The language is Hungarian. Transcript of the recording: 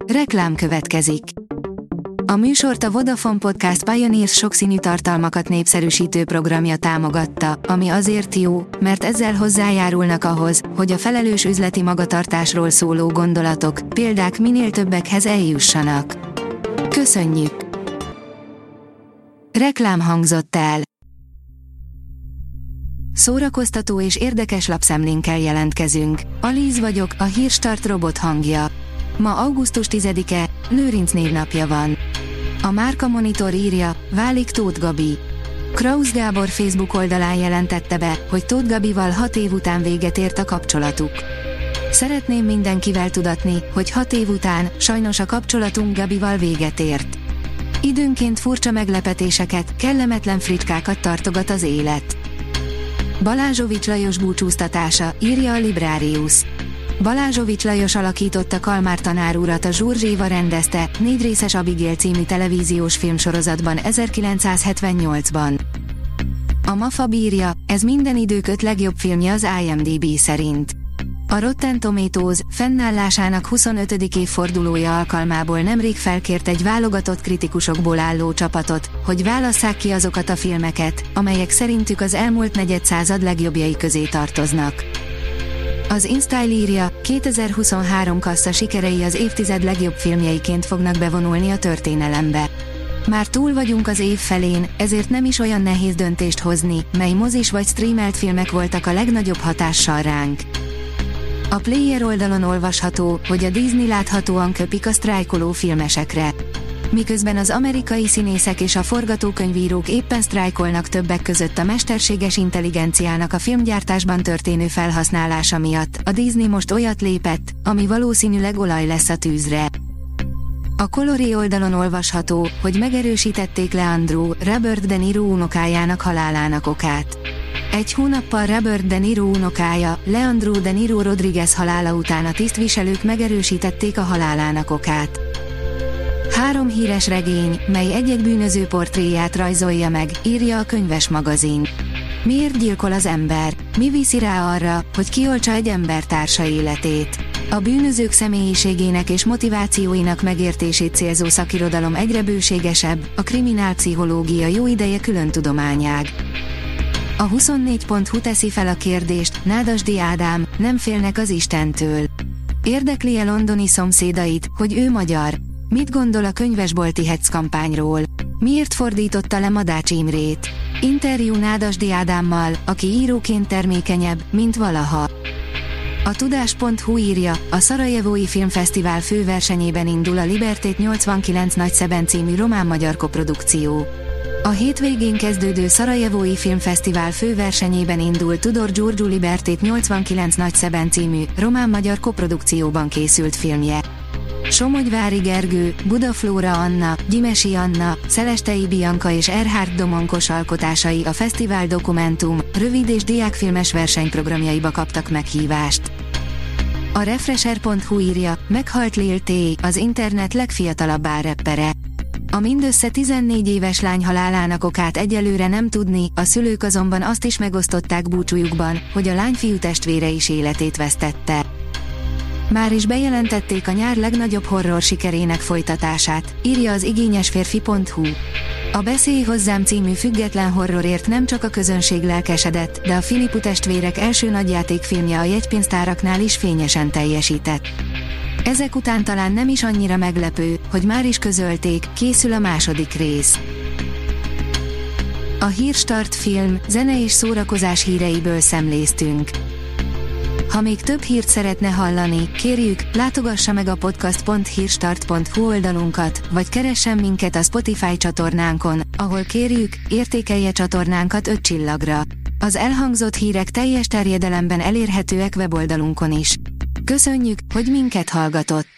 Reklám következik. A műsort a Vodafone Podcast Pioneers sokszínű tartalmakat népszerűsítő programja támogatta, ami azért jó, mert ezzel hozzájárulnak ahhoz, hogy a felelős üzleti magatartásról szóló gondolatok, példák minél többekhez eljussanak. Köszönjük! Reklám hangzott el. Szórakoztató és érdekes lapszemlénkkel jelentkezünk. Alíz vagyok, a Hírstart robot hangja. Ma augusztus 10-e, Lőrinc névnapja van. A Márka Monitor írja, válik Tóth Gabi. Krausz Gábor Facebook oldalán jelentette be, hogy Tóth Gabival 6 év után véget ért a kapcsolatuk. Szeretném mindenkivel tudatni, hogy 6 év után sajnos a kapcsolatunk Gabival véget ért. Időnként furcsa meglepetéseket, kellemetlen fricskákat tartogat az élet. Balázsovics Lajos búcsúztatása, írja a Librarius. Balázsovics Lajos alakította Kalmár tanár urat, a Zsúr Zséva rendezte, 4 részes Abigail című televíziós filmsorozatban 1978-ban. A MAFA írja, ez minden idők 5 legjobb filmje az IMDb szerint. A Rotten Tomatoes fennállásának 25. évfordulója alkalmából nemrég felkért egy válogatott kritikusokból álló csapatot, hogy válasszák ki azokat a filmeket, amelyek szerintük az elmúlt negyedszázad legjobbjai közé tartoznak. Az InStyle írja, 2023 kassza sikerei az évtized legjobb filmjeiként fognak bevonulni a történelembe. Már túl vagyunk az év felén, ezért nem is olyan nehéz döntést hozni, mely mozis vagy streamelt filmek voltak a legnagyobb hatással ránk. A Player oldalon olvasható, hogy a Disney láthatóan köpik a sztrájkoló filmesekre. Miközben az amerikai színészek és a forgatókönyvírók éppen sztrájkolnak többek között a mesterséges intelligenciának a filmgyártásban történő felhasználása miatt, a Disney most olyat lépett, ami valószínűleg olaj lesz a tűzre. A Coloré oldalon olvasható, hogy megerősítették Leandro, Robert De Niro unokájának halálának okát. Egy hónappal Robert De Niro unokája, Leandro De Niro Rodriguez halála után a tisztviselők megerősítették a halálának okát. 3 híres regény, mely egy-egy bűnöző portréját rajzolja meg, írja a Könyves magazin. Miért gyilkol az ember? Mi viszi rá arra, hogy kioltsa egy embertársa életét? A bűnözők személyiségének és motivációinak megértését célzó szakirodalom egyre bőségesebb, a kriminálpszichológia jó ideje külön tudományág. A 24.hu teszi fel a kérdést, Nádasdy Ádám, nem félnek az Istentől. Érdekli-e londoni szomszédait, hogy ő magyar? Mit gondol a könyvesbolti hetz kampányról? Miért fordította le Madács Imrét? Interjú Nádasdy Ádámmal, aki íróként termékenyebb, mint valaha. A tudás.hu írja, a Szarajevói Filmfesztivál főversenyében indul a Libertét 89 Nagyszeben című román-magyar koprodukció. A hétvégén kezdődő Szarajevói Filmfesztivál főversenyében indul Tudor Giurgiu Libertét 89 Nagyszeben című román-magyar koprodukcióban készült filmje. Somogyvári Gergő, Buda Flóra Anna, Gyimesi Anna, Szelestei Bianca és Erhard Domonkos alkotásai a fesztivál dokumentum, rövid és diákfilmes versenyprogramjaiba kaptak meghívást. A Refresher.hu írja, meghalt Lil T, az internet legfiatalabb áreppere. A mindössze 14 éves lány halálának okát egyelőre nem tudni, a szülők azonban azt is megosztották búcsújukban, hogy a lányfiú testvére is életét vesztette. Már is bejelentették a nyár legnagyobb horror sikerének folytatását, írja az igényesférfi.hu. A Beszélj hozzám című független horrorért nem csak a közönség lelkesedett, de a Philippu testvérek első nagyjátékfilmje a jegypénztáraknál is fényesen teljesített. Ezek után talán nem is annyira meglepő, hogy már is közölték, készül a második rész. A Hírstart film, zene és szórakozás híreiből szemléztünk. Ha még több hírt szeretne hallani, kérjük, látogassa meg a podcast.hírstart.hu oldalunkat, vagy keressen minket a Spotify csatornánkon, ahol kérjük, értékelje csatornánkat 5 csillagra. Az elhangzott hírek teljes terjedelemben elérhetőek weboldalunkon is. Köszönjük, hogy minket hallgatott!